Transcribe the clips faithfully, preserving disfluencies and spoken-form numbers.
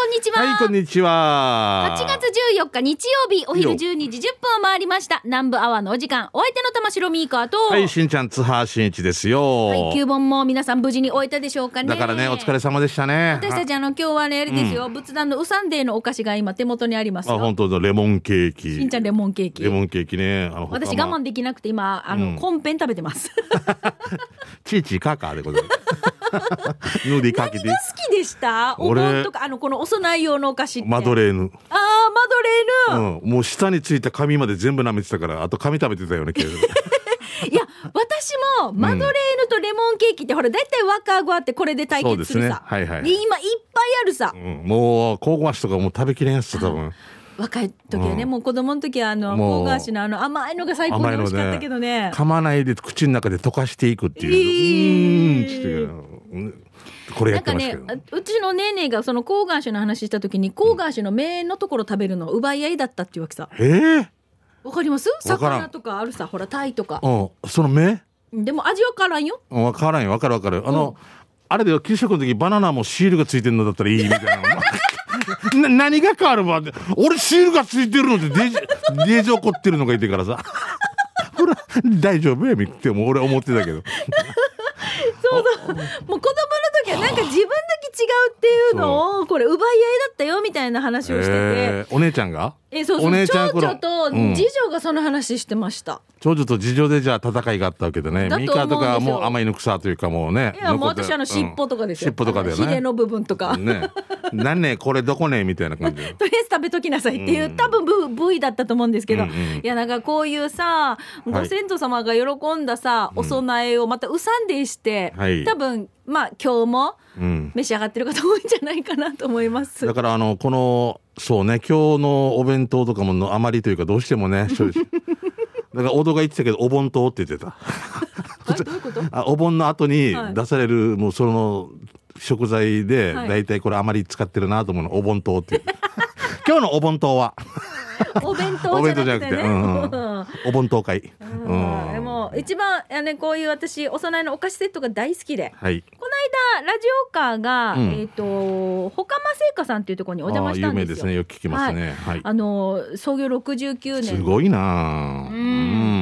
んにちは。 はい、こんにちは。 はちがつじゅうよっか日曜日、お昼じゅうにじじゅっぷんを回りました。南部アワーのお時間、お相手の玉城ミーカーと、 はい、しんちゃん津波しんいちですよ。 はい、きゅうぼんも皆さん無事に終えたでしょうかね。 だからね、お疲れ様でしたね。 私たちあの今日はねあれですよ、うん、仏壇のウサンデーのお菓子が今手元にありますよ。 あ、本当だ、レモンケーキ。 しんちゃんレモンケーキ。 レモンケーキね。あの私我慢できなくて今あの、うん、コンペン食べてます。 チーチーカーカーでございます。ヌーディーかけて。 何が好きでした？お盆とかあのこのお供え用のお菓子って。 マドレーヌ。 ああ、マドレーヌ。 うん、もう下についた紙まで全部舐めてたから、あと紙食べてたよね。 いや、私もマドレーヌとレモンケーキって、うん、ほらだいたい若子あってこれで対決するさ。そうですね。はいはい。で今いっぱいあるさ。 うん、もう香ばしとかもう食べきれんやつ多分。 若い時はね、うん、もう子供の時はあの香川市のあの甘いのが最高に美味しかったけどね。噛まないで口の中で溶かしていくっていう。えー、うーんってこれやってましたけど。 なんかね、うちのネーネーがその香川市の話した時に香川市の名のところ食べるの奪い合いだったっていうわけさ。 えー、 わかります？魚とかあるさ、ほらタイとか。 うん、その目？ でも味わからんよ。 わからんよ、わかるわかる。あの、うん、あれで給食の時バナナもシールがついてるのだったらいいみたいな。な何が変わるばって、俺シールがついてるのでデージデージ怒ってるのがいてからさ。ほら大丈夫やみっても俺思ってたけど。 そうそう、もう子供の時はなんか自分だけ違うっていうのをこれ奪い合いだったよみたいな話をしてて、 えー、お姉ちゃんがえそうそう、お姉ちゃん長女と次女がその話してました、うん、 長女と次女でじゃあ戦いがあったわけでね。ミカとかはもう甘いの草というかもうね。 いやもう私あの尻尾とかですよ、うん、 尻尾とかだよね、 ヒレの部分とかね、なんねこれどこねみたいな感じでとりあえず食べときなさいっていう、うん、多分部位だったと思うんですけど、うんうん、いやなんかこういうさご先祖様が喜んださ、はい、お供えをまたうさんでして、はい、多分まあ今日も召し上がってる方多いんじゃないかなと思います、うん、 だからあのこのそうね今日のお弁当とかものあまりというかどうしてもねだからおどが言ってたけどお盆当って言ってたどういうこと？ あお盆の後に出される、はい、もうその食材でだいたいこれあまり使ってるなと思うのお盆当って今日のお盆当はお弁当じゃなくてね、うんうん、 お盆当会、うん、でも一番あ、ね、こういう私お供えのお菓子セットが大好きで、はい、この間ラジオカーが、うん、えーとほかま製菓さんっていうところにお邪魔したんですよ。 有名ですね、よく聞きますね、はいはい、 あの創業ろくじゅうきゅうねん、 すごいな、 うん、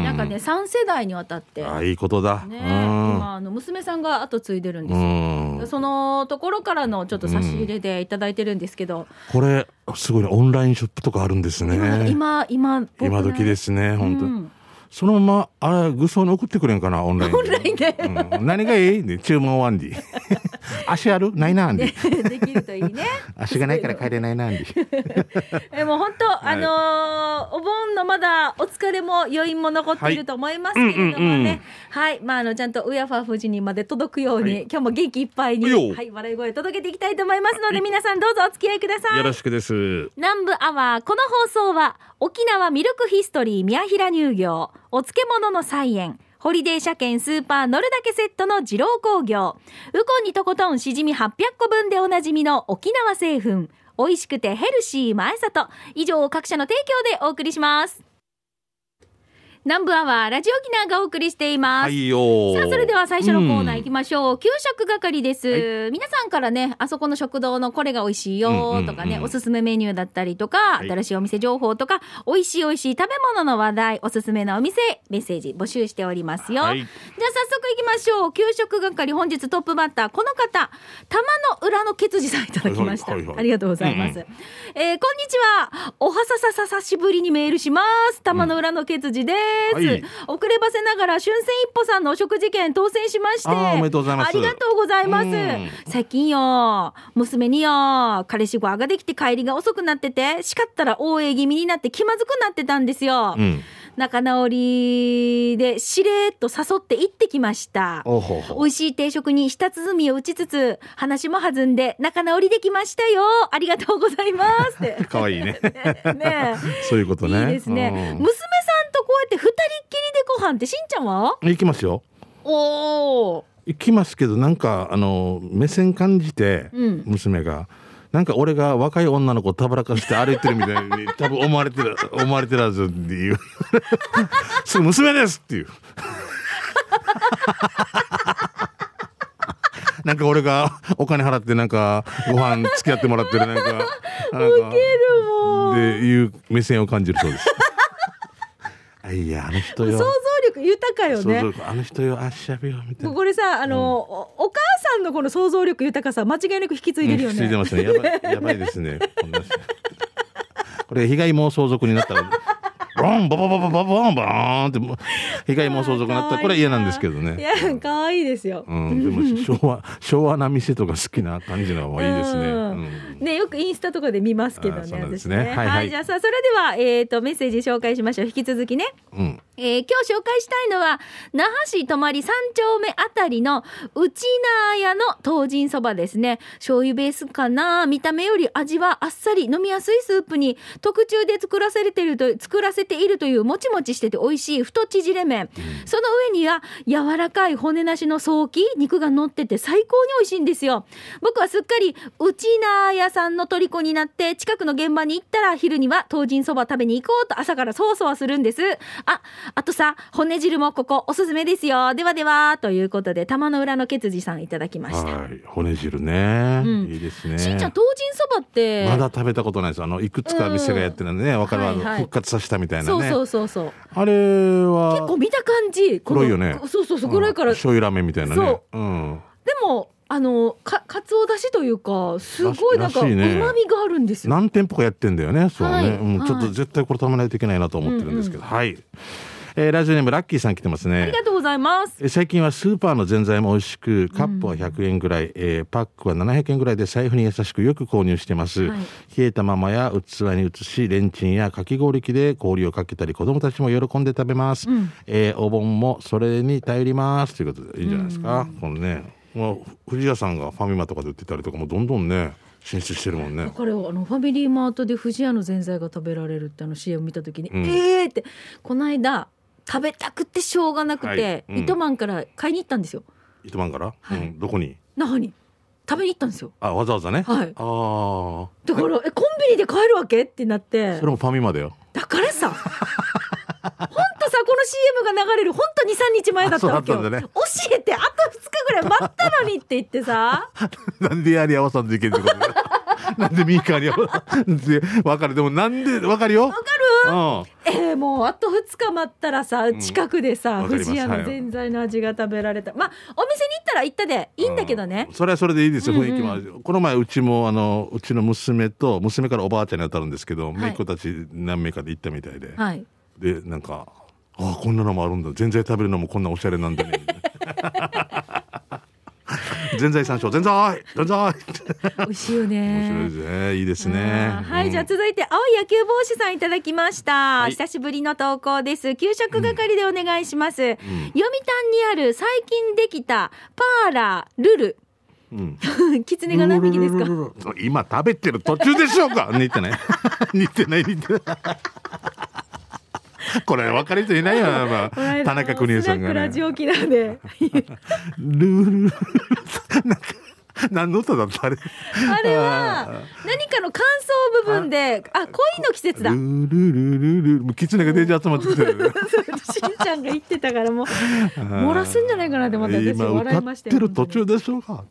なんかねさん世代にわたって、 あいいことだ、 ね、今あの娘さんが後継いでるんですよ、うん、そのところからのちょっと差し入れでいただいてるんですけど、うん、 これすごいね、オンラインショップとかあるんですね。 今今今時ですね、本当、うん、そのままあれ愚装に送ってくれんかな、オンラインで。 オンラインで、 うん、何がいいで注文ワンディ足あるないな、アンディできるといいね。 足がないから帰れないな、アンディえもう本当、はい、あのー、お盆のまだお疲れも余韻も残っていると思いますけれどもね、はい、うんうんうん、はい、まあ、あのちゃんとウヤファ夫人にまで届くように、はい、今日も元気いっぱいに、はい、笑い声届けていきたいと思いますので、皆さんどうぞお付き合いください。 よろしくです。 南部アワー、この放送は沖縄ミルクヒストリー宮平乳業、お漬物の菜園、ホリデー車検スーパー乗るだけセットの二郎工業、ウコンにとことんしじみはっぴゃっこぶんでおなじみの沖縄製粉、美味しくてヘルシー前里、以上各社の提供でお送りします。南部アワーラジオ沖縄がお送りしています、はいよ。さあそれでは最初のコーナー行きましょう、うん、給食係です、はい、皆さんからねあそこの食堂のこれが美味しいよとかね、うんうんうん、おすすめメニューだったりとか、はい、新しいお店情報とか美味しい美味しい食べ物の話題、おすすめのお店メッセージ募集しておりますよ、はい、じゃあ早速行きましょう。給食係本日トップバッターこの方、玉の裏のケツジさんいただきました、はいはいはいはい、ありがとうございます、うんうん、えー、こんにちは。おはささささしぶりにメールします。玉の裏のケツジです、はい、遅ればせながら春戦一歩さんのお食事券当選しまして、 あ、おめでとうございます。 ありがとうございます。最近よ娘によ彼氏ごができて帰りが遅くなってて、叱ったら大江気味になって気まずくなってたんですよ、うん、仲直りでしれーっと誘って行ってきました。おほほ、美味しい定食に舌鼓を打ちつつ話も弾んで仲直りできましたよ。ありがとうございますってかわいいねね, ねそういうことね。 いいですね、うん、娘さんとこうやって二人っきりでご飯って、しんちゃんは行きますよ。 おー、 行きますけど、なんかあの目線感じて、うん、娘がなんか俺が若い女の子をたぶらかして歩いてるみたいに多分思われてる思われてるはずっていうすぐ娘ですっていうなんか俺がお金払ってなんかご飯付き合ってもらってるなんかなんかウケるもんでいう目線を感じるそうですあいやあの人よ想像力豊かよね。 想像力あの人よあしゃべよみたいな。 これさあの、うん、お, お母さんのこの想像力豊かさ間違いなく引き継いでるよね、 うん、引き継いでますね。やばいやばいですねこんなこれ被害妄想族になったらボンボボボボボボンボーンって被害妄想族になったらこれは嫌なんですけどね。 いや可愛いですよ、 うん、でも昭和昭和な店とか好きな感じの方がいいですね、うんうん、ねよくインスタとかで見ますけどね。 そうなんですね、 私ね、 はいはい、 はい、じゃあさそれでは、えー、とメッセージ紹介しましょう。引き続きね、 うんえー、今日紹介したいのは那覇市泊三丁目あたりのうちなー屋の東神そばですね。醤油ベースかな。見た目より味はあっさり飲みやすいスープに特注で作らせていると作らせているというもちもちしてて美味しい太縮れ麺、うん、その上には柔らかい骨なしのソーキ肉が乗ってて最高に美味しいんですよ。僕はすっかりうちなー屋さんの虜になって近くの現場に行ったら昼には東神そば食べに行こうと朝からそわそわするんです。ああとさ骨汁もここおすすめですよ。ではではということで玉の裏のケツジさんいただきました。 はい、骨汁ね、うん、いいですね。 しんちゃん東神そばってまだ食べたことないです。あのいくつか店がやってるのね、わかる、はいはい、復活させたみたいなね。 そうそうそうそう。 あれは結構見た感じ黒いよね。 そうそうそう黒いから、 うん、醤油ラーメンみたいなね。そう、うん、 でもあのかかつおだしというかすごいなんかうまみがあるんですよ。 何店舗かやってんだよね。そうね、 はいうん、ちょっと絶対これ食べないといけないなと思ってるんですけど、うんうん、はい。えー、ラジオネームラッキーさん来てますね。 ありがとうございます。 えー、最近はスーパーのぜんざいも美味しくカップはひゃくえんぐらい、うんえー、パックはななひゃくえんぐらいで財布に優しくよく購入してます、はい、冷えたままや器に移しレンチンやかき氷機で氷をかけたり子供たちも喜んで食べます、うんえー、お盆もそれに頼りますということでいいんじゃないですか、うん、このねもう藤谷さんがファミマとかで売ってたりとかもどんどんね進出してるもんね。 だからあのファミリーマートで藤谷のぜんざいが食べられるってあの シーエム 見た時に、うん、えーってこの間食べたくてしょうがなくて、はいうん、糸満から買いに行ったんですよ。 糸満から、 はいうん、 どこに那覇に食べに行ったんですよ。 あわざわざね、 はい、 あだからえコンビニで買えるわけってなってそれもファミマだよ。 だからさほんとさこの シーエム が流れるほんと にさんにちまえだったわけよ、ね、教えてあとふつかぐらい待ったのにって言ってさなんでやり合わさんといけんってことなんでミーカーにわかる。でもなんでわかるよ。わかる、うん、えー、もうあとふつか待ったらさ近くでさ、うん、藤谷のぜんざいの味が食べられた、はい、まあお店に行ったら行ったでいいんだけどね、 うん、それはそれでいいですよ雰囲気も、うんうん、この前うちもあのうちの娘と娘からおばあちゃんに当たるんですけど、はい、姪っ子たち何名かで行ったみたいで、はい、でなんかああこんなのもあるんだぜんざい食べるのもこんなおしゃれなんだねぜんざい山椒ぜんざいぜんざい美味しいよね。 面白いですね。いいですね。 はい、うん、じゃあ続いて青い野球帽子さんいただきました、はい、久しぶりの投稿です。給食係でお願いします、うん、読谷にある最近できたパーラールルうん、キツネが何匹ですか。 今食べてる途中でしょうか似てない似てない似てないこれ分かる人いないよな、まあ、田中邦衛さんがねラジオ沖縄でルール何の歌だったあれあれは何かの感想部分であ恋の季節だルールルルルルキツネがデージ集まってきてるしんちゃんが言ってたからもう漏らすんじゃないかなって思って私笑いましたよ。 今歌ってる途中でしょうか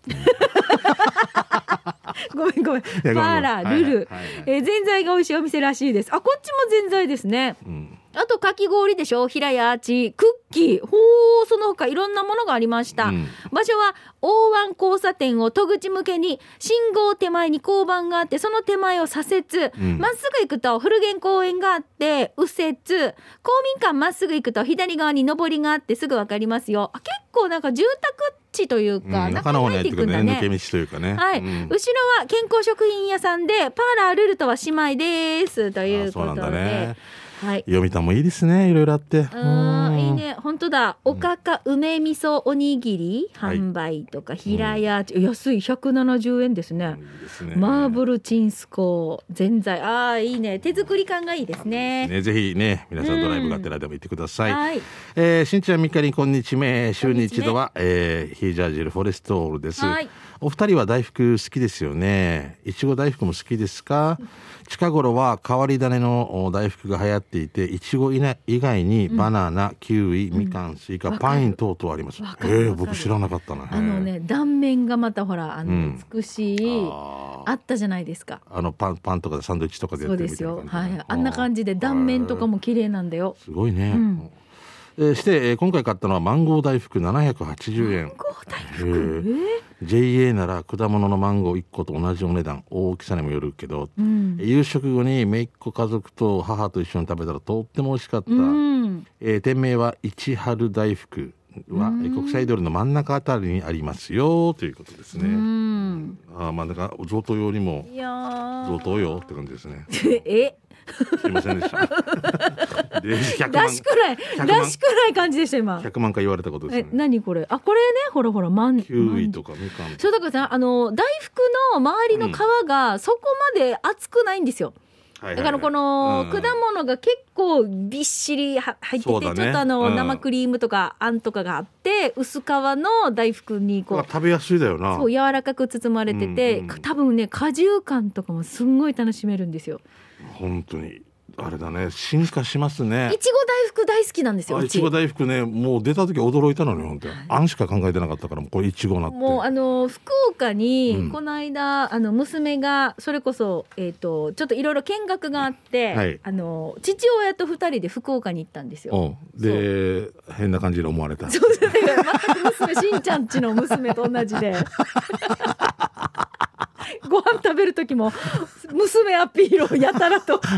ごめんごめんパーラールル、はいはいはいえー、ぜんざいが美味しいお店らしいです。あこっちもぜんざいですね、うんあとかき氷でしょ平屋アーチクッキーほーその他いろんなものがありました、うん、場所は大湾交差点を戸口向けに信号手前に交番があってその手前を左折ま、うん、っすぐ行くと古源公園があって右折公民館まっすぐ行くと左側に上りがあってすぐ分かりますよ。あ結構なんか住宅地というか、うん、中に入っていくんだね抜け道というかね、 はいうん、後ろは健康食品屋さんでパーラールルとは姉妹ですということで、ねはい、 読谷もいいですねいろいろあってあいいね本当だおかか梅味噌おにぎり販売とか、はい、平屋、うん、安いひゃくななじゅうえんですね、いいですねマーブルチンスコーぜんざいあーいいね手作り感がいいですね。 ねぜひね皆さんドライブがてらでも行ってください、うんはいえー、しんちゃんみかりんこんにちめ週に一度は、えー、ヒージャージルフォレストオールです、はい、 お二人は大福好きですよね。いちご大福も好きですか？近頃は変わり種の大福が流行っていて、いちご以外にバナナ、うん、キウイ、みかん、スイカ、パイン等々あります。えー、僕知らなかったな。 あのね、断面がまたほら、あの、うん、美しい あ, あったじゃないですか。 あのパンパンとかサンドイッチとかでやってるみたいな感じ。 そうですよ。はい、あんな感じで断面とかも綺麗なんだよ。 すごいね。うんえー、して、えー、今回買ったのはマンゴー大福ななひゃくはちじゅうえん。マンゴー大福、えー、ジェイエー なら果物のマンゴーいっこと同じお値段、大きさにもよるけど、うん、夕食後に姪っ子家族と母と一緒に食べたらとっても美味しかった、うんえー、店名は一春大福は、うん、国際通りの真ん中あたりにありますよということですね。うんあまあなんか贈答用にも贈答用って感じですね。 えすいませんでしたでひゃくまんらしくないらしくない感じでした今。 ひゃくまん回言われたことですね。 え何これあこれねほらほらマンキウイとかみかんそうだからさあの大福の周りの皮がそこまで厚くないんですよ、うん、だからこの果物が結構びっしり入ってて、ね、ちょっとあの、うん、生クリームとかあんとかがあって薄皮の大福にこう食べやすいだよな。 そう柔らかく包まれてて、うんうん、多分ね果汁感とかもすんごい楽しめるんですよ。 本当にあれだね進化しますね。 いちご大福大好きなんですよ。 いちご大福ねもう出た時驚いたのに本当に、はい、あんしか考えてなかったからもうこれいちごなってもうあの福岡にこの間、うん、あの娘がそれこそ、えー、とちょっといろいろ見学があって、はい、あの父親とふたりで福岡に行ったんですよ。 で変な感じで思われた。 そうですね全く娘しんちゃんちの娘と同じでご飯食べる時も娘アピールをやたらと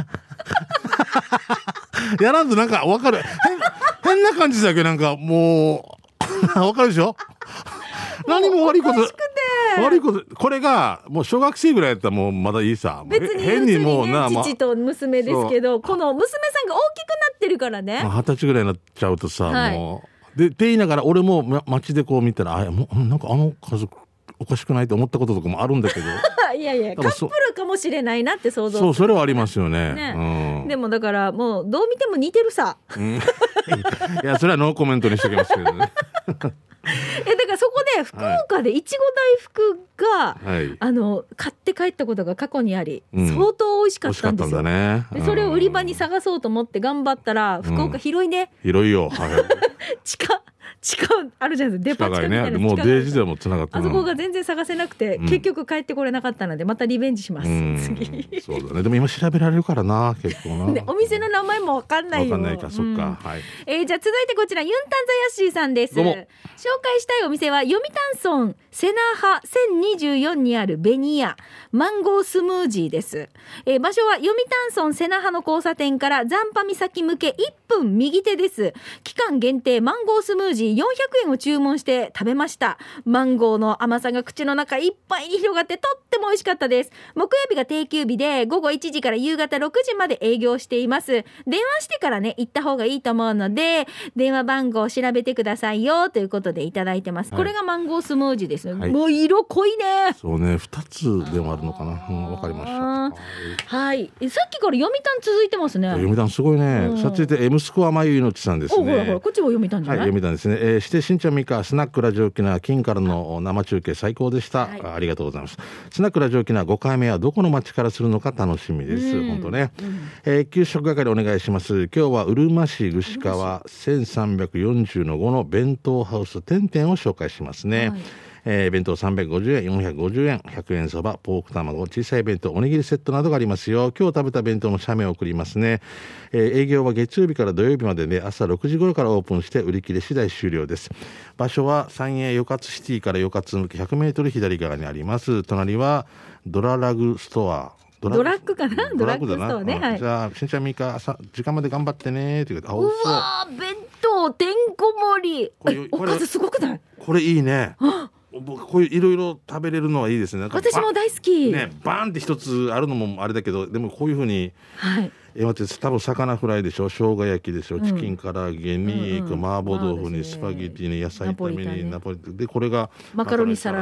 やらんとなんか分かる 変, 変な感じだけどなんかもう分かるでしょ何も悪いこと悪いことこれがもう小学生ぐらいやったらもうまだいいさ。 別に変にもうな、ね、父と娘ですけどこの娘さんが大きくなってるからね二十歳ぐらいになっちゃうとさ、はい、もうでって言いながら俺も街でこう見たらあもうなんかあの家族おかしくないと思ったこととかもあるんだけどいやいやカップルかもしれないなって想像する。 そうそれはありますよ ね, ね、うん、でもだからもうどう見ても似てるさ、うん、いやそれはノーコメントにしておきますけどねえだからそこで福岡でいちご大福が、はい、あの買って帰ったことが過去にあり、うん、相当美味しかったんですよ。美味しかったんだね、うん、でそれを売り場に探そうと思って頑張ったら、うん、福岡広いね。 広いよ、はい、 地下地下あるじゃないですか。デパ地下みたいな、 ね、もうデイジでもつながってあそこが全然探せなくて、うん、結局帰ってこれなかったのでまたリベンジします、うん、次そうだね。でも今調べられるからな結構な、 ね、お店の名前も分かんないよ。 分かんないか、そっか、うんはいえー、じゃあ続いてこちらユンタンザヤッシーさんです。 どうも。 紹介したいお店は読谷村瀬那覇せんにじゅうよんにあるベニヤマンゴースムージーです、えー、場所は読谷村瀬那覇の交差点から残波岬向けいっぷん右手です。期間限定マンゴースムージーよんひゃくえんを注文して食べました。マンゴーの甘さが口の中いっぱいに広がってとっても美味しかったです。木曜日が定休日でごごいちじから夕方ろくじまで営業しています。電話してからね行った方がいいと思うので電話番号を調べてくださいよということでいただいてます、はい、これがマンゴースムージーです、はい、もう色濃いね。 そうねふたつでもあるのかな、うん、分かりました。はいさっきから読谷続いてますね。 読谷すごいね、うん、さあ続いて息子はまゆいのちさんですね。 おほらほらこっちも読谷じゃない、 はい、読谷ですね、えー、してしんちゃんみかスナックラジオ沖縄金からの生中継最高でした、はい、あ, ありがとうございます。スナックラジオ沖縄ごかいめはどこの町からするのか楽しみです、うん、本当ね、うんえー、給食係お願いします。今日はうるま市串川せんさんびゃくよんじゅうのごの弁当ハウスてんてんを紹介しますね、はいえー、弁当さんびゃくごじゅうえんよんひゃくごじゅうえんひゃくえんそばポーク卵小さい弁当おにぎりセットなどがありますよ。今日食べた弁当の写メを送りますね、えー、営業は月曜日から土曜日までで、ね、朝ろくじ頃からオープンして売り切れ次第終了です。場所は三栄よかつシティからよかつ向けひゃくメートル左側にあります。隣はドララグストアドラ, ドラッグかなドラッグストアね、 うんはい、じゃあしんちゃんみーか朝時間まで頑張ってねって言うと、あ、 うわー弁当てんこ盛りこれおかずすごくない？ これいいね。僕こういういろいろ食べれるのはいいですね。なんか私も大好きね、バーンって一つあるのもあれだけど、でもこういうふうに、 はい、 え待って多分魚フライでしょ、生姜焼きでしょ、うん、チキン唐揚げに、うんうん、麻婆豆腐にスパゲティに野菜炒めにナポリタンで、これがマカロニサラダ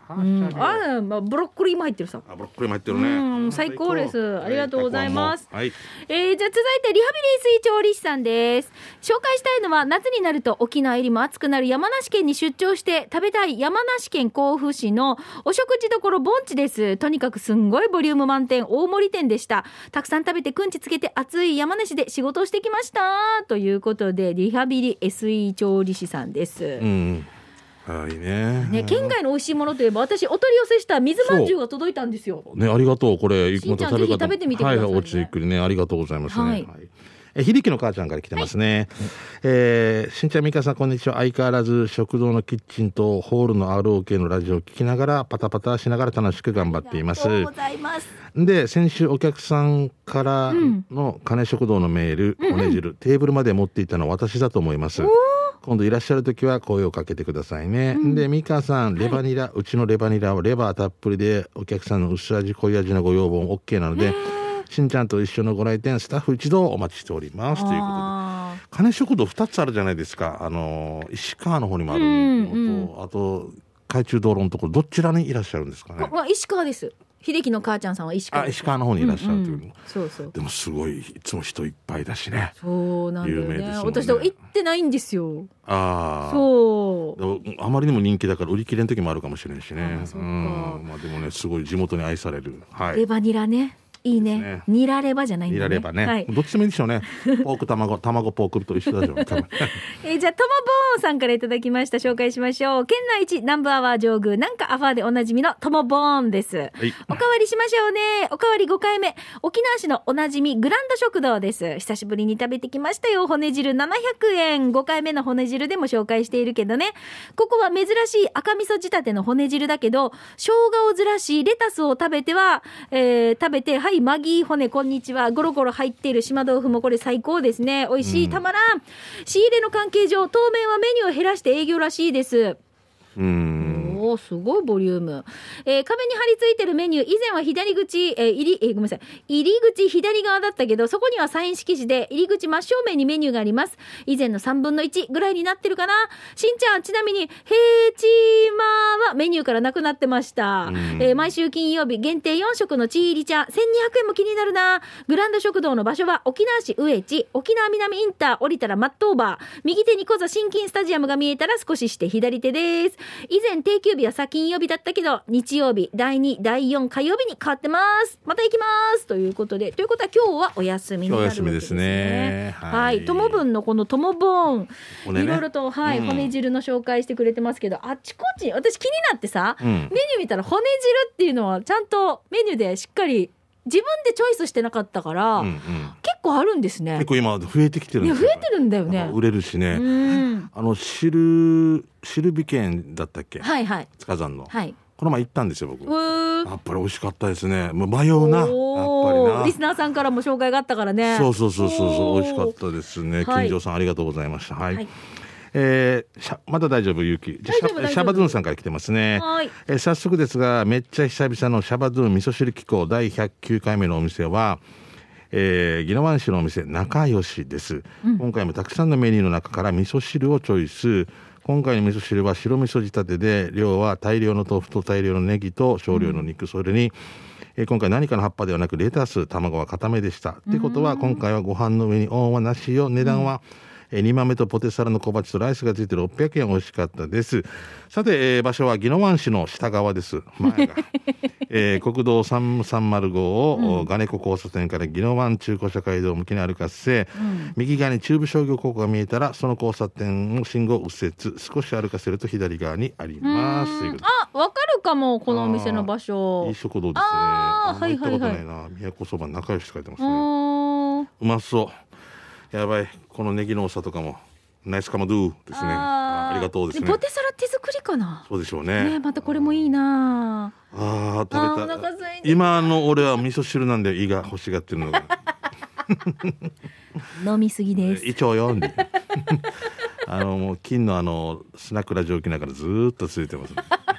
はうん、 しゃぎあ、まあ、ブロッコリーも入ってるさ。 あ、ブロッコリーも入ってるね。 うん、最高です。ありがとうございます。 はい。 えー、じゃあ続いてリハビリ水調理師さんです。紹介したいのは、夏になると沖縄よりも暑くなる山梨県に出張して食べたい山梨県甲府市のお食事処ぼんちです。とにかくすんごいボリューム満点大盛り店でした。たくさん食べてくんちつけて暑い山梨で仕事をしてきましたということで、リハビリ エスイー 調理師さんです。 うん、はい、ね。 ね、県外の美味しいものといえば、私お取り寄せした水まんじゅうが届いたんですよ。 ね、ありがとう。これしんちゃんぜひ食べてみてくださいね。 はい、おちゆっくりね、ありがとうございますね。 はい。 はい、え、ひりきの母ちゃんから来てますね。はい、えー、しんちゃんみかさんこんにちは。相変わらず食堂のキッチンとホールの アールオーケー のラジオを聞きながらパタパタしながら楽しく頑張っています。 ありがとうございます。 で、先週お客さんからの金食堂のメール、うん、骨汁、テーブルまで持っていたのは私だと思います。今度いらっしゃるときは声をかけてくださいね。うん、で、ミカさん、レバニラ、はい、うちのレバニラはレバーたっぷりで、お客さんの薄味、濃い味のご要望も OK なので、しんちゃんと一緒のご来店、スタッフ一同お待ちしております。ということで。金食堂ふたつあるじゃないですか。あの、石川の方にもあるのと、うんうん、あと、海中道路のところ、どちらにいらっしゃるんですかね。 石川です。秀樹の母ちゃんさんは石川。 あ、石川の方にいらっしゃるという、うんうん、 そうそう。 でもすごいいつも人いっぱいだしね。 そうなんだよね。有名ですもんね。私行ってないんですよ。 ああ。 そう。 あまりにも人気だから売り切れの時もあるかもしれんしね。 あ、そうか。 うん、まあでもね、すごい地元に愛される。 はい。レバニラね。いいね。ね、ニラレバじゃないんだね。ニラレバね。はい、 どっちでもいいでしょうね。ポーク卵、卵ポークと一緒だよ。多分えー、じゃあ、トモボーンさんからいただきました。紹介しましょう。県内一ナンバーワー上宮、なんかアファーでおなじみのトモボーンです。はい、おかわりしましょうね。おかわりごかいめ。沖縄市のおなじみグランド食堂です。久しぶりに食べてきましたよ。骨汁ななひゃくえん。ごかいめの骨汁でも紹介しているけどね。ここは珍しい赤味噌仕立ての骨汁だけど、生姜をずらし、レタスを食べては、えー、食べて、はい、マギー骨、こんにちは。ゴロゴロ入っている島豆腐もこれ最高ですね。美味しい、たまらん。仕入れの関係上、当面はメニューを減らして営業らしいです。 うーん。 おー、すごいボリューム。えー、壁に貼り付いてるメニュー、以前は左口、えー、入り、えー、ごめんなさい。入り口左側だったけど、そこにはサイン色紙で、入り口真正面にメニューがあります。以前のさんぶんのいちぐらいになってるかな。しんちゃん、ちなみに、ヘーチーマーはメニューからなくなってました。えー、毎週金曜日、限定よん食のチー入り茶、せんにひゃくえんも気になるな。グランド食堂の場所は、沖縄市上地、沖縄南インター、降りたらマットオーバー。右手に小座新金スタジアムが見えたら少しして左手です。以前、定休日はさ金曜日だったけど、日曜日、だいに、だいよん火曜日に変わってます。また行きますということで、ということは今日はお休みになるわけですね。 お休みですね。 はい。ともぶんのこのともボーン、ね、いろいろと、はい、うん、骨汁の紹介してくれてますけど、あっちこっち、私気になってさ、うん、メニュー見たら骨汁っていうのはちゃんとメニューでしっかり自分でチョイスしてなかったから、うんうん、結構あるんですね。 結構今増えてきてるんですよ。 いや増えてるんだよね。 売れるしね。うんあの汁汁美県だったっけ。 はいはい。 塚山の。 はい。 この前行ったんですよ僕。やっぱり美味しかったですね。もう迷うな。やっぱりな。 リスナーさんからも紹介があったからね。 そうそうそうそうそう美味しかったですね。金城さんありがとうございました。はい。はいえー、しゃまだ大丈夫ゆうきじゃシャ、シャバドゥンさんから来てますね、はいえー、早速ですがめっちゃ久々のシャバドゥン味噌汁機構だいひゃくきゅうかいめのお店は、えー、宜野湾市のお店仲良しです、うん、今回もたくさんのメニューの中から味噌汁をチョイス。今回の味噌汁は白味噌仕立てで量は大量の豆腐と大量のネギと少量の肉、うん、それにえー、今回何かの葉っぱではなくレタス卵は固めでしたってことは今回はご飯の上にオンはなしよ。値段は、うん、煮豆とポテサラの小鉢とライスがついてろっぴゃくえん美味しかったです。さて、えー、場所は宜野湾市の下側です前が、えー、国道さんさんまるごを、うん、ガネコ交差点から宜野湾中古車街道向きに歩かせ、うん、右側に中部商業高校が見えたらその交差点の信号を右折少し歩かせると左側にあります。 あ、わかるかもこのお店の場所。 いい食堂ですね。ああはいはいはい。行ったことないな。宮古そば仲良しって書いてますね。うまそう。やばいこのネギの多さとかもナイスカマドゥですね。 あ, ありがとうですね。 ポテサラ手作りかな。 そうでしょう ね, ねまたこれもいいなあ。あ食べた今の俺は味噌汁なんで胃が欲しがってるのが飲みすぎです。 胃腸よんであのもう金のあのスナックラジオ機ながらずーっと続いてます、ね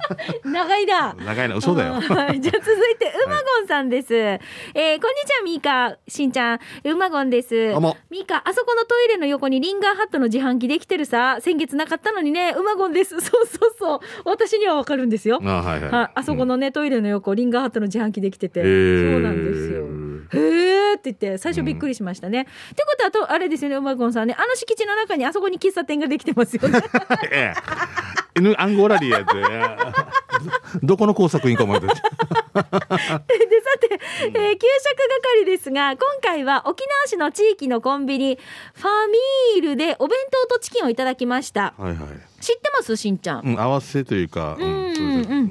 長いな。 長いな、嘘だよ。 はい、じゃあ続いてうまごんさんです、はい、えー、こんにちはみーかしんちゃん、うまごんです。 どうも。 みーか、あそこのトイレの横にリンガーハットの自販機できてるさ、先月なかったのにね。うまごんです。そうそうそう、私にはわかるんですよ。あ、はいはい、あ、あそこのね、うん、トイレの横リンガーハットの自販機できてて、そうなんですよ。へーって言って最初びっくりしましたね、うん、ってことはとあれですよね、うまごんさんね、あの敷地の中にあそこに喫茶店ができてますよね。 ええ、犬アンゴラリアってどこの工作員か思ってでさて、えー、給食係ですが、今回は沖縄市の地域のコンビニファミールでお弁当とチキンをいただきました。はいはい、知ってますしんちゃん、 うん、合わせというか、うんうんうん、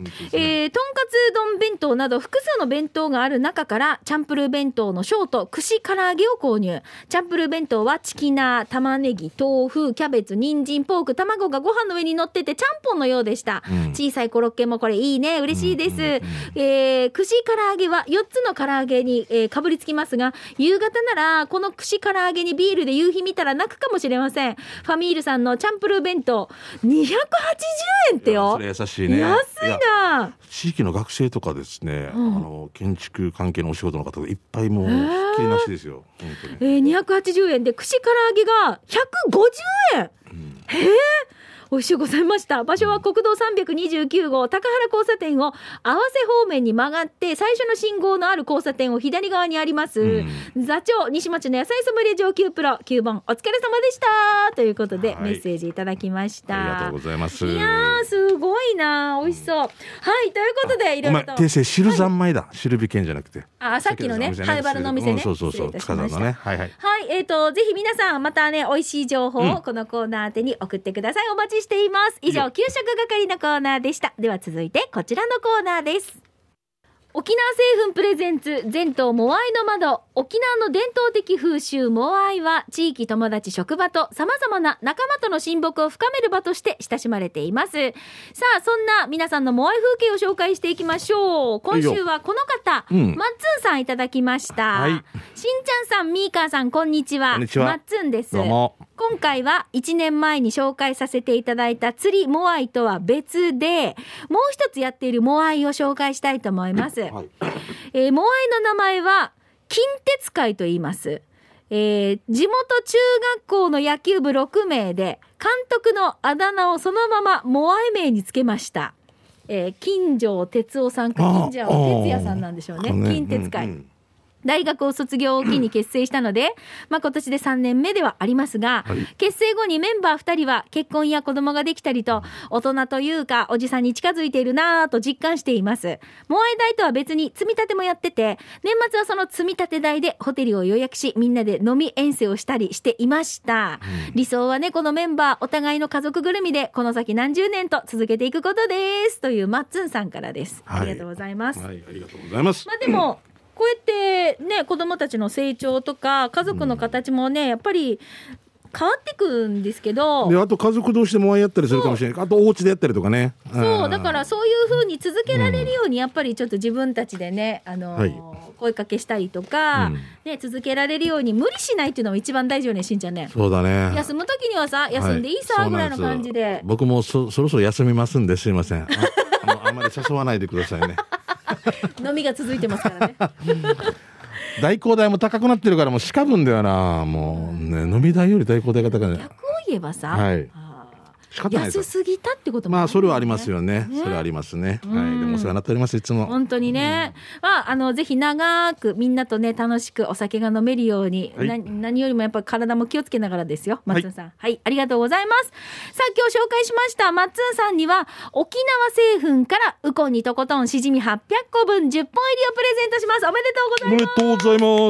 えー、とんかつ丼弁当など複数の弁当がある中からチャンプルー弁当のショート串唐揚げを購入。チャンプルー弁当はチキナー、玉ねぎ、豆腐、キャベツ、人参、ポーク、卵がご飯の上に乗っててちゃんぽんのようでした、うん、小さいコロッケもこれいいね、嬉しいです、うんうんうん、えー、串唐揚げはよっつの唐揚げに、えー、かぶりつきますが、夕方ならこの串唐揚げにビールで夕日見たら泣くかもしれません。ファミールさんのチャンプルー弁当にひゃくはちじゅうえんってよ。 それ優しいね。 安いな。 地域の学生とかですね、うん、あの建築関係のお仕事の方がいっぱいもうひっきりなしですよ、本当に。 えー、にひゃくはちじゅうえんで串唐揚げがひゃくごじゅうえん、うん、へー、美味しゅうございました。場所は国道さんびゃくにじゅうきゅう号高原交差点を合わせ方面に曲がって最初の信号のある交差点を左側にあります、うん、座長西町の野菜ソムリエ上級プロきゅうばんお疲れ様でしたということで、はい、メッセージいただきました。 ありがとうございます。 いやーすごいな、美味しそう、うん、はいということでいろいろと訂正汁三昧だ、はい、汁美券じゃなくて、 あさっきのねハイバルのお店ね、うん、 そうそうそう塚田のね、はいはい、 はい、えーとぜひ皆さんまたね美味しい情報をこのコーナー宛てに送ってください、お待ちしています。以上給食係のコーナーでした。では続いてこちらのコーナーです。沖縄製粉プレゼンツ全島モアイの窓。沖縄の伝統的風習モアイは地域、友達、職場と様々な仲間との親睦を深める場として親しまれています。さあそんな皆さんのモアイ風景を紹介していきましょう。今週はこの方、うん、マッツンさんいただきました、はい、しんちゃんさん、ミーカーさん、こんにちは。こんにちは、マッツンです。 どうも。 今回はいちねんまえに紹介させていただいた釣りモアイとは別でもう一つやっているモアイを紹介したいと思います、はい、えー、モアイの名前は近鉄会と言います、えー、地元中学校の野球部ろくめいで監督のあだ名をそのままモアイ名につけました、えー、金城哲夫さんか金城哲也さんなんでしょうね、近鉄会、うんうん、大学を卒業を機に結成したので、まあ、今年でさんねんめではありますが、はい、結成後にメンバーふたりは結婚や子供ができたりと大人というかおじさんに近づいているなぁと実感しています。モアイ代とは別に積み立てもやってて、年末はその積み立て代でホテルを予約しみんなで飲み遠征をしたりしていました、うん、理想はねこのメンバーお互いの家族ぐるみでこの先何十年と続けていくことですというマッツンさんからです、はい、ありがとうございます、 はい、ありがとうございます。 まあ、でもこうやってね子どもたちの成長とか家族の形もね、うん、やっぱり変わってくんですけど、 であと家族同士でもやったりするかもしれない、あとお家でやったりとかね、 そうだからそういう風に続けられるようにやっぱりちょっと自分たちでね、あのーはい、声かけしたりとか、うんね、続けられるように無理しないっていうのも一番大事よね、しんちゃんね。 そうだね、 休む時にはさ休んでいいさ、はい、ぐらいの感じで。 僕も そ, そろそろ休みますんですいません、 あ, あ, のあまり誘わないでくださいね飲みが続いてますからね代行代も高くなってるからもうしかぶんだよな、もうね、飲み代より代行代が高い。 逆を言えばさ、 はい、 安すぎたってこともある、ね、 まあそれはありますよ ね, ねそれはありますね、はい、でもお世話になっておりますいつも本当にね、うん、まあ、あのぜひ長くみんなとね楽しくお酒が飲めるように、はい、な何よりもやっぱり体も気をつけながらですよ、マッツンさん、はい、はい、ありがとうございます。さあ今日紹介しましたマッツンさんには沖縄製粉からウコンにとことんしじみはっぴゃっこぶんじゅっぽん入りをプレゼントします。おめでとうございます。 おめでとうございます。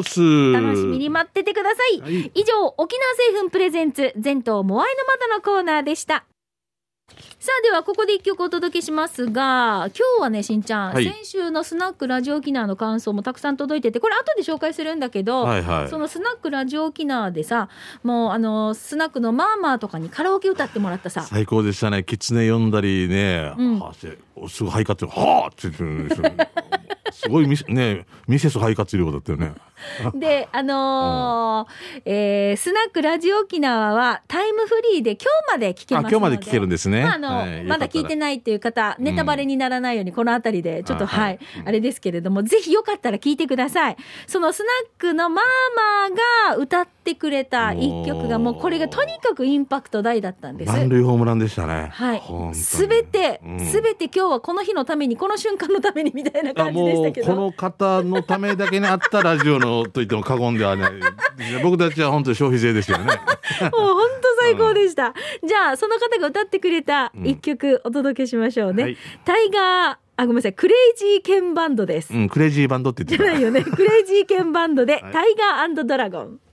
楽しみに待っててください、はい、以上沖縄製粉プレゼンツ全島モアイの窓のコーナーでした。さあではここで一曲お届けしますが、今日はねしんちゃん、はい、先週のスナックラジオ沖縄の感想もたくさん届いてて、これ後で紹介するんだけど、はいはい、そのスナックラジオ沖縄でさ、もうあのスナックのマーマーとかにカラオケ歌ってもらったさ、 最高でしたね。キツネ読んだりね、うん、はあ、すごい肺活量はあって言ってるんですよすごいねミセス肺活量だったよねで、あのーえー、スナックラジオ沖縄はタイムフリーで今日まで聞けますので、 あ、今日まで聞けるんですね。 まああのはい、 まだ聞いてないっていう方、ネタバレにならないようにこのあたりでちょっと、 うん、 はい、 はい、 あれですけれども、ぜひよかったら聞いてください。そのスナックのマーマーが歌ってくれた一曲がもうこれがとにかくインパクト大だったんです。 満塁ホームランでしたね。 はい。すべて、すべ、うん、て今日はこの日のために、この瞬間のためにみたいな感じでしたけど。 もうこの方のためだけにあったラジオのと言っても過言ではない。僕たちは本当に消費税ですよね。もう本当最高でした。うん、じゃあその方が歌ってくれた一曲お届けしましょうね。うん、はい、タイガー、あ、ごめんなさい、クレイジーケンバンドです。 うん、クレイジーバンドって言ってた。 じゃないよね。クレイジーケンバンドで、はい、タイガー&ドラゴン。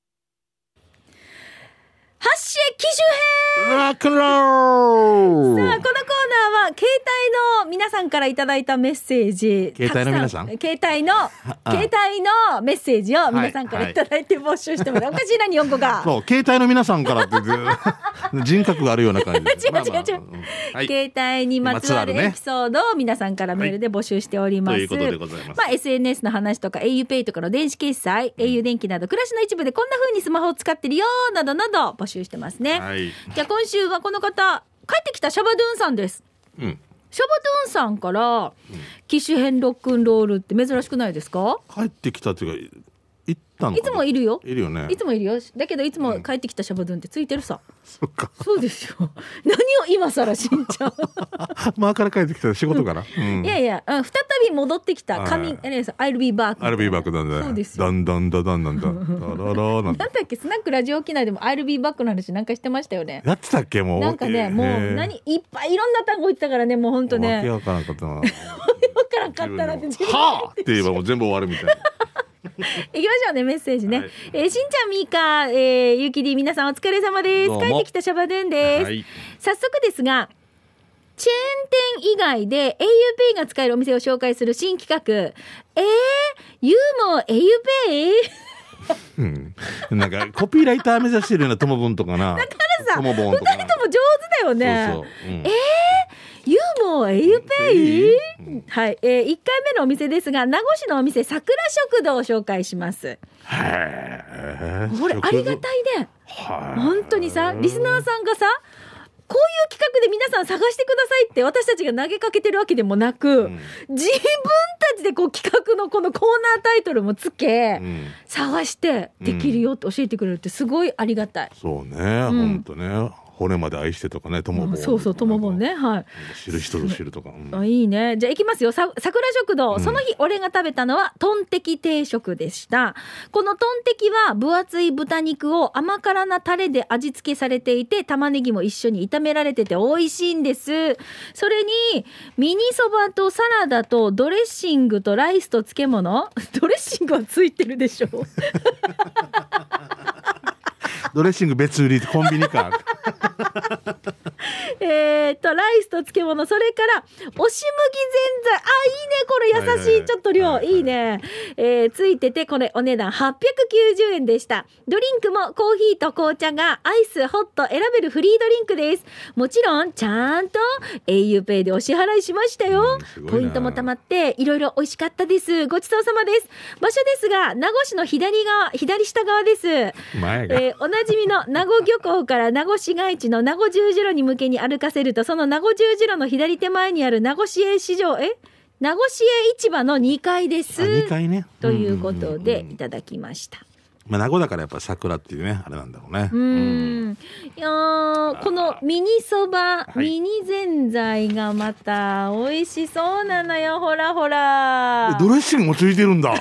発信機種編ロックンロール。 さあ、このコーナーは携帯の皆さんからいただいたメッセージ、 携帯の皆さん携帯の携帯のメッセージを皆さんからいただいて募集してます、はいはい、おかしいな日本語が。 そう、携帯の皆さんからって人格があるような感じで違う違う違う、まあまあ、はい、携帯にまつわるエピソードを皆さんからメールで募集しております、はい、 ということでございます。 まあ、エスエヌエス の話とか auPay とかの電子決済、うん、au 電気など暮らしの一部でこんな風にスマホを使ってるよなどなど募集してますね、はい、じゃあ今週はこの方帰ってきたシャバドゥンさんです、うん、シャバドゥンさんから、うん、機種編ロックンロールって珍しくないですか？ 帰ってきたっていうか行ったのかな。 いつもいるよ。 いるよね。 いつもいるよ。だけどいつも帰ってきたシャバドゥンってついてるさ、うん、 そっか。 そうですよ。何を今更しんちゃうまあから帰ってきた仕事から、うん、 いやいや、再び戻ってきた神、I'll be back I'll be back なんだ。 そうですよ。 だんだんだだんなんだだららなんだ。 なんだっけ、スナックラジオ機内でも I'll be back の話なんかしてましたよね。 やってたっけ。もうなんかね、もう何いっぱいいろんな単語言ってたからね、もう本当ね。 わけわからんかったな。わけわからんかったなって自分はあって言えばもう全部終わるみたいな。 行きましょうね、メッセージね、はい、えー、しんちゃん、みーか、えー、ゆきり、皆さんお疲れ様です。帰ってきたシャバドゥンです、はい、早速ですがチェーン店以外で auPay が使えるお店を紹介する新企画。えー、ユーも auPay うん、なんかコピーライター目指してるような友分とかな。 だからさ、ふたりとも上手だよね。そうそう、うん、えーユーモア auPay、うん、はい、えー、いっかいめのお店ですが、名護市のお店桜食堂を紹介します。へえ、これありがたいね。本当にさ、リスナーさんがさ、こういう企画で皆さん探してくださいって私たちが投げかけてるわけでもなく、うん、自分たちでこう企画のこのコーナータイトルもつけ、うん、探してできるよって教えてくれるってすごいありがたい。 そうね、うん、本当ね。骨まで愛してとかね、ともぼん、 そうそう、ともぼんね、はい、 知る人ぞ知るとか、 うん、あ、いいね。じゃあ行きますよ。さ桜食堂、うん、その日俺が食べたのはトンテキ定食でした。このトンテキは分厚い豚肉を甘辛なタレで味付けされていて、玉ねぎも一緒に炒められてて美味しいんです。それにミニそばとサラダとドレッシングとライスと漬物ドレッシングはついてるでしょドレッシング別売りコンビニかえっとライスと漬物、それから押し麦ぜんざい、あ、いいね、これ優しい、はいはいはい、ちょっと量、はいはい、いいね、えー、ついてて、これお値段はっぴゃくきゅうじゅうえんでした。ドリンクもコーヒーと紅茶がアイスホット選べるフリードリンクです。もちろんちゃんと auPay でお支払いしましたよ、うん、ポイントもたまっていろいろ美味しかったです。ごちそうさまです。場所ですが名護市の左側、左下側です。前が、えー、おなじみの名護漁港から名護市街地の名護十字路に向けに歩かせると、その名護十字路の左手前にある名護市営市場、え名護市営市場のにかいです。 にかいね、 ということでいただきました。 まあ、名護だからやっぱ桜っていうねあれなんだろうね。 うん、うん、いやこのミニそば、はい、ミニぜんざいがまた美味しそうなのよ。ほらほら、 ドレッシングもついてるんだ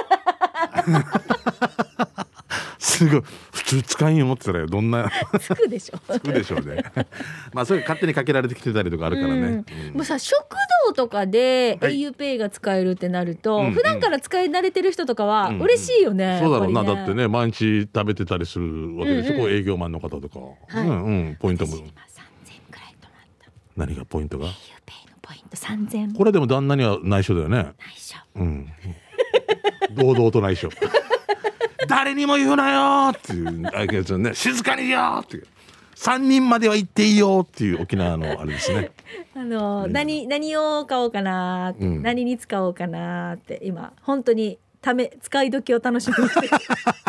すごい、普通使いん思ってたらどんなつくでしょつくでしょうねまあそれ勝手にかけられてきてたりとかあるからね、うんうん、 もうさ食堂とかで auPay が使えるってなると、はい、普段から使い慣れてる人とかは嬉しいよね、うんうん、 そうだろうな、ね、だってね毎日食べてたりするわけでしょ、うんうん、営業マンの方とか、はい、うんうん、ポイントも今さんぜんくらい止まった。何がポイントが auPay のポイントさんぜん。これでも旦那には内緒だよね。 内緒、うん、 堂々と内緒誰にも言うなよっていうあれですよね、静かによっていうさんにんまでは言っていいよっていう沖縄のあれですねあの、うん、何何を買おうかな、うん、何に使おうかなって今本当にため使い時を楽しみにしてる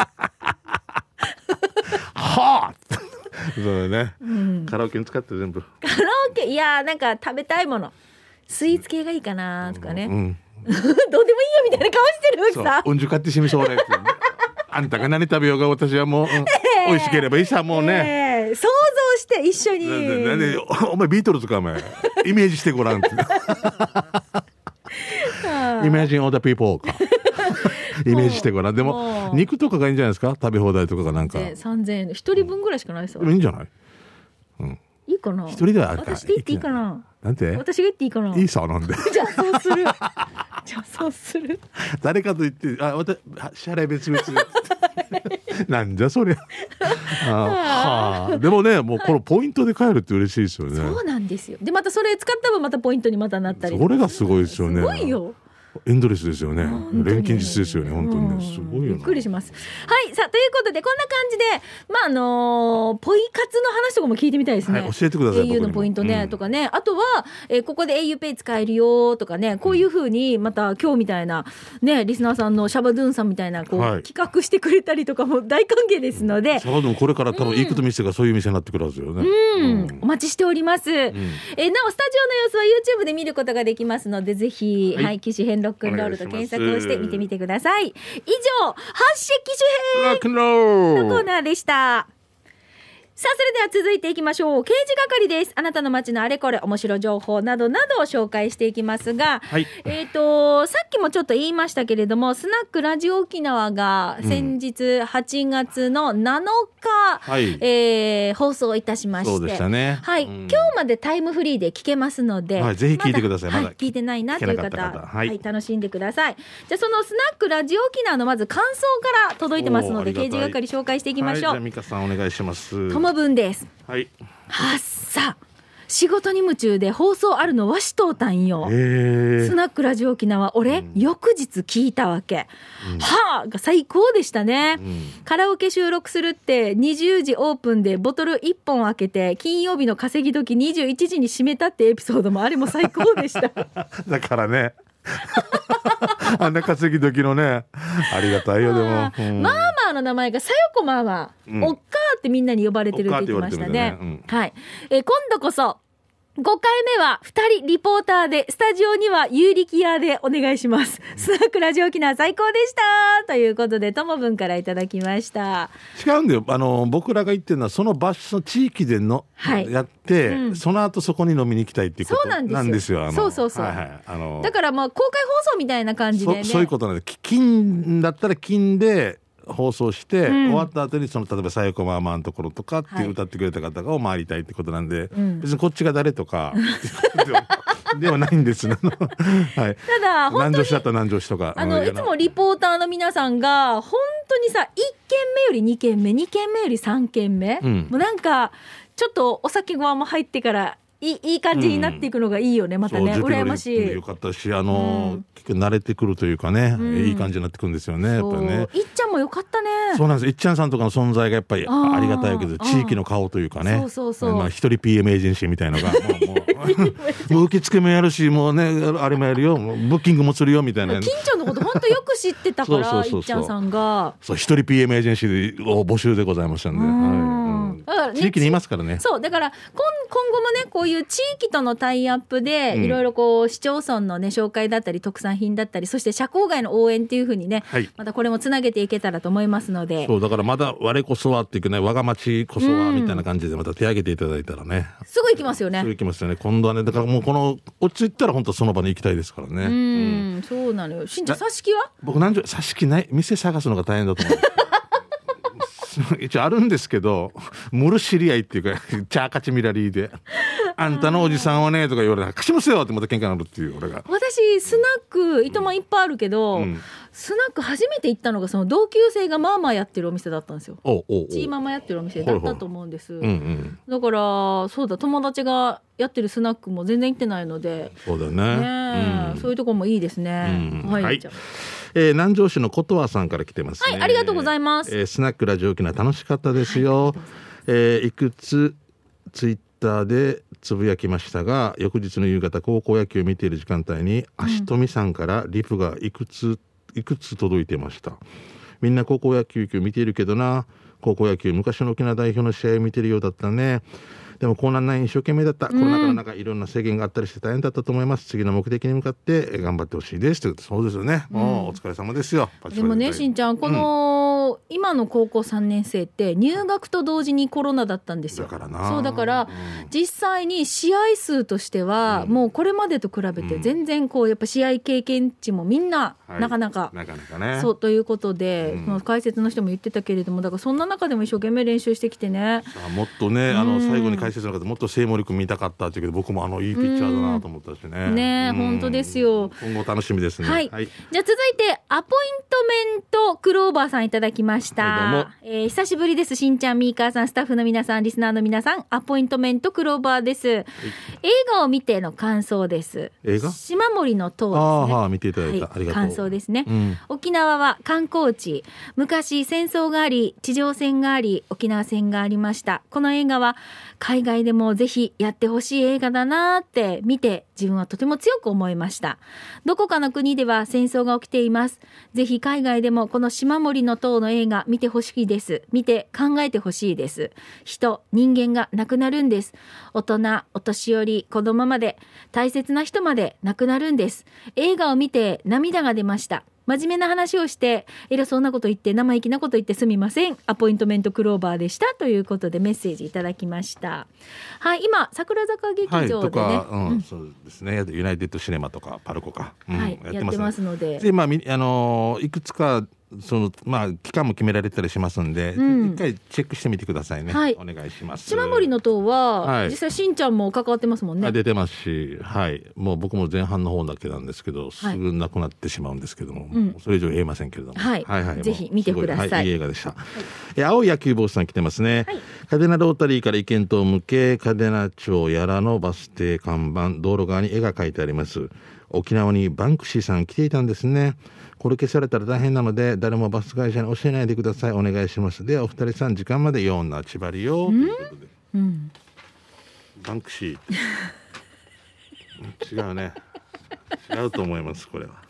はあそうだね、 うん、 カラオケに使って全部カラオケいやなんか食べたいものスイーツ系がいいかなとかね、うんうん、どうでもいいよみたいな顔してるさうんじゅ買ってしみそうねあんたが何食べようが私はもう、うんえー、美味しければいいさもうね、 えー、想像して一緒になななお前ビートルズかお前イメージしてごらんってイメージオーダーピーポーかイメージしてごらん。でも肉とかがいいんじゃないですか、食べ放題とかがなんかさんぜんえんひとりぶんぐらいしかないですよ、 うん、いいんじゃない、うん、 いいかな、 一人ではあるか、 私で行っていいかな、 なんて私が言っていいかな、 いいさなんでじゃあそうするじゃあそうする誰かと言ってあ私支払い別々なんじゃそりゃあ、はあ、でもねもうこのポイントで買えるって嬉しいですよね。 そうなんですよ。でまたそれ使った分またポイントにまたなったり、 それがすごいですよね。 すごいよ、 エンドレスですよね。錬金術ですよね。本当にね、すごいよな。 びっくりします。はい、さあということでこんな感じで、まああのー、ポイ活の話とかも聞いてみたいですね。 はい、教えてください。 エーユー のポイントね、うん、とかね、あとは、えー、ここで エーユー ペイ使えるよとかね、こういう風にまた今日みたいなねリスナーさんのシャバドゥンさんみたいなこう、はい、企画してくれたりとかも大歓迎ですので、 シャバドゥンこれから多分いいこと店がそういう店になってくるはずよね。 うん、うん、お待ちしております。うん、えー、なおスタジオの様子は YouTube で見ることができますので、ぜひ、はい、はい、機種編ロックンロールと検索をして見てみてください。以上、発信機種編ロックンロールのコーナーでした。さあそれでは続いていきましょう。刑事係です。あなたの街のあれこれ面白情報などなどを紹介していきますが、はい、えーとさっきもちょっと言いましたけれども、スナックラジオ沖縄が先日はちがつのなのか、うん、えー、放送いたしまして、 そうでしたね、 はい、うん、今日までタイムフリーで聞けますので、 はい、ぜひ聞いてください。まだ、 はい、聞いてないなという方、 方、はいはい、楽しんでください。じゃあそのスナックラジオ沖縄のまず感想から届いてますので、刑事係紹介していきましょう。はい、 じゃあ美香さんお願いします。 ともぶんです。 はい、 はっさ仕事に夢中で放送あるのわしとうたんよ。スナックラジオ沖縄俺、うん、翌日聞いたわけ、うん、はあが最高でしたね、うん、カラオケ収録するってにじゅうじオープンでボトルいっぽん開けて金曜日の稼ぎ時にじゅういちじに閉めたってエピソードもあれも最高でしただからねあんな稼ぎ時のねありがたいよ。でも、うん、 マーマーの名前がさよこマーマー、うん、おっかーってみんなに呼ばれてるって言ってましたね、うん、はい、えー、今度こそごかいめはふたりリポーターで、スタジオには有力屋でお願いします。スナックラジオ沖縄最高でしたということで、ともぶんからいただきました。 違うんだよ、あの僕らが言ってるのはその場所地域での、はい、やって、うん、その後そこに飲みに行きたいっていうことなんですよ。 そうそうそう、はいはい、あのだからまあ公開放送みたいな感じでね、 そ, そういうことなんで、金だったら金で放送して、うん、終わった後にその例えばさよこマーマーのところとかって歌ってくれた方を回りたいってことなんで、はい、別にこっちが誰とかではないんですはい、ただ本当に南城市だったら南城市とか、 あのいつもリポーターの皆さんが本当にさいっけんめよりにけんめにけんめよりさんけんめ、うん、もうなんかちょっとお酒ごわも入ってからい い, いい感じになっていくのがいいよね、うん、またね、羨ましい。 よかったし、あの、うん、結局慣れてくるというかね、うん、いい感じになってくるんですよね、やっぱりね。 いっちゃんもよかったね。 そうなんです。いっちゃんさんとかの存在がやっぱりありがたいわけです。地域の顔というかね、 そうそうそう、 まあ、一人 ピーエム エージェンシーみたいなのがもうもうもう受付もやるし、もうねあれもやるよ、ブッキングもするよみたいな。 近所のこと本当よく知ってたからいっちゃんさんがそう一人 ピーエム エージェンシーを募集でございましたんで、はい、地域にいますからね。 そうだから 今, 今後もねこういう地域とのタイアップでいろいろこう市町村のね紹介だったり特産品だったり、そして社交外の応援っていう風にね、はい、またこれもつなげていけたらと思いますので、 そうだからまだ我こそはっていうかね、我が町こそはみたいな感じでまた手挙げていただいたらね、 すぐ行きますよね。 すぐ行きますよね。今度はね、だからもうこの落ち着いたら本当その場に行きたいですからね。うん、 うん、そうなのよ。しんちゃん挿し木は僕何時挿し木ない店探すのが大変だと思う一応あるんですけど、ムル知り合いっていうかチャーカチミラリーであんたのおじさんはねとか言われたら貸しますよってまた喧嘩になるっていう。俺が私スナック糸満いっぱいあるけど、うん、スナック初めて行ったのがその同級生がママやってるお店だったんですよ。おうおうおうチーママやってるお店だったと思うんです、ほいほい、うんうん、だからそうだ、友達がやってるスナックも全然行ってないので、 そうだ ね, ね、うん、そういうとこもいいですね、うん、はい、はい、じゃあえー、南城市のことわさんから来てますね。 はい、ありがとうございます。 えー、スナックラジオ沖縄楽しかったですよ、はい、えー、いくつツイッターでつぶやきましたが、翌日の夕方高校野球を見ている時間帯に、うん、足富さんからリプがいくついくつ届いてました。みんな高校野球見ているけどな。高校野球昔の沖縄代表の試合を見てるようだったね。でもコロナ内一生懸命だった、うん、コロナ禍の中いろんな制限があったりして大変だったと思います。次の目的に向かって頑張ってほしいですということ。そうですよね、うん、もうお疲れ様ですよ。 でもねしんちゃんこの、うん、今の高校さんねん生って入学と同時にコロナだったんですよ。 だからな。 そうだから、うん、実際に試合数としては、うん、もうこれまでと比べて全然こうやっぱ試合経験値もみんな、うん、なかなか、 はい、なかなかね。 そうということで、うん、解説の人も言ってたけれどもだからそんな中でも一生懸命練習してきてね。 さあもっとねあの最後に解説の方もっと聖森君見たかったっていうけど僕もあのいいピッチャーだなと思ったしね。 ね本当ですよ。 今後楽しみですね。 はい。はい、じゃあ続いてアポイントメントクローバーさんいただきました。はい、どうも、えー、久しぶりです。しんちゃんミーカーさんスタッフの皆さんリスナーの皆さんアポイントメントクローバーです。はい、映画を見ての感想です。 映画島森の塔ですね。 ああ、はあ、見ていただいた、はい、ありがとう。 感想ですね、 うん、 沖縄は観光地。昔戦争があり地上戦があり沖縄戦がありました。この映画は海外でもぜひやってほしい映画だなって見て自分はとても強く思いました。どこかの国では戦争が起きています。ぜひ海外でもこの島森の塔の映画見てほしいです。見て考えてほしいです。人人間が亡くなるんです。大人お年寄り子供まで大切な人まで亡くなるんです。映画を見て涙が出ました。真面目な話をして偉そうなこと言って生意気なこと言ってすみません。アポイントメントクローバーでしたということでメッセージいただきました。はい、今桜坂劇場でね、はい、とか、 うんうん、そうですね。ユナイテッドシネマとかパルコか、うん、 はい、やってますね。やってますので、 でまああのいくつかそのまあ期間も決められたりしますんで、うん、一回チェックしてみてくださいね。はい、お願いします。 島森の塔は、はい、実際しんちゃんも関わってますもんね。 出てますし、はい、もう僕も前半の方だけなんですけど、すぐなくなってしまうんですけども、はい、それ以上言えませんけれども、 はい、はいはい、ぜひ見てください。 はい、いい映画でした。はい、青い野球帽子さん来てますね。はい、嘉手納ロータリーから意見等を向け嘉手納町やらのバス停看板道路側に絵が描いてあります。沖縄にバンクシーさん来ていたんですね。これ消されたら大変なので誰もバス会社に教えないでください。お願いします。でお二人さん時間までようなちばりよということで、うん、バンクシー違うね違うと思いますこれは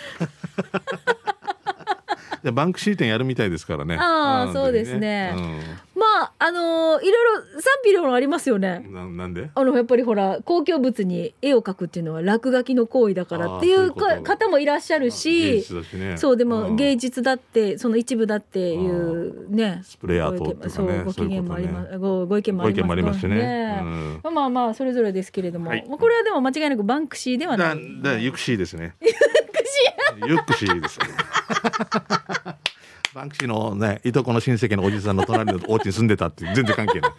でバンクシー店やるみたいですからね。 ああ、そうですね、うん、まああのー、いろいろ賛否両論ありますよね。 な, なんであのやっぱりほら公共物に絵を描くっていうのは落書きの行為だからっていう方もいらっしゃるし、 ね、 そうでも芸術だってその一部だっていうねスプレーアートとかね、 そうご機嫌もあります、ごご意見もありますからね。 ますね、うん、 まあまあまあそれぞれですけれども、はい、これはでも間違いなくバンクシーではない。 だだユクシーですね。 ユクシーユクシーですバンクシーのねいとこの親戚のおじさんの隣のお家に住んでたって全然関係ない。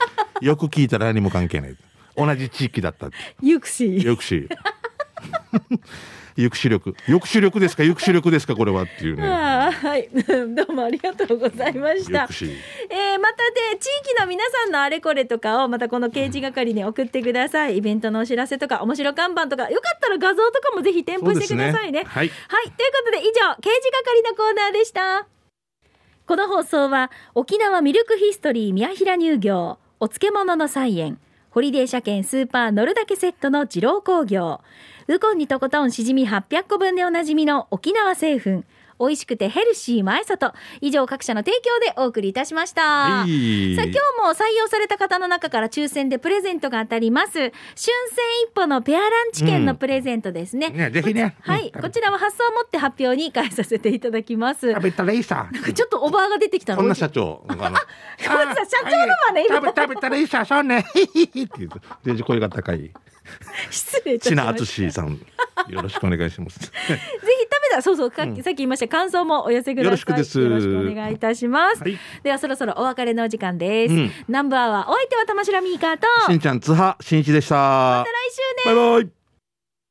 よく聞いたら何も関係ない。同じ地域だったって。 ユクシーユクシー抑止力抑止力ですか抑止力ですかこれはっていうね。 あ、はい、どうもありがとうございました。えー、またで地域の皆さんのあれこれとかをまたこの掲示係に送ってください、うん、イベントのお知らせとか面白看板とかよかったら画像とかもぜひ添付してください ね, ね、はい、はい、ということで以上掲示係のコーナーでした。この放送は沖縄ミルクヒストリー宮平乳業、お漬物の菜園、ホリデー車検スーパー乗るだけセットの二郎工業、ウコンにとことんしじみはっぴゃっこぶんでおなじみの沖縄製粉、美味しくてヘルシー前里、以上各社の提供でお送りいたしました。さあ今日も採用された方の中から抽選でプレゼントが当たります。春戦一歩のペアランチ券のプレゼントですね、うんね、 ぜひね、 はい、うん、こちらは発送をもって発表に変えさせていただきます。 食べたらいいさ。 なんかちょっとおばあが出てきたの。 こんな社長あのあ社長のまね、 今食べ食べたらいいさそうねって言うとデジ声が高い失礼いたしました。 ちなあつしさんよろしくお願いしますぜひ食べたそうそう、うん、さっき言いました感想もお寄せください。 よろしくです。 よろしくお願いいたします、はい、ではそろそろお別れのお時間です、うん、ナンバーはお相手は玉城ミーカーとしんちゃん津波しんいちでした。 また来週ね。 バイバイ。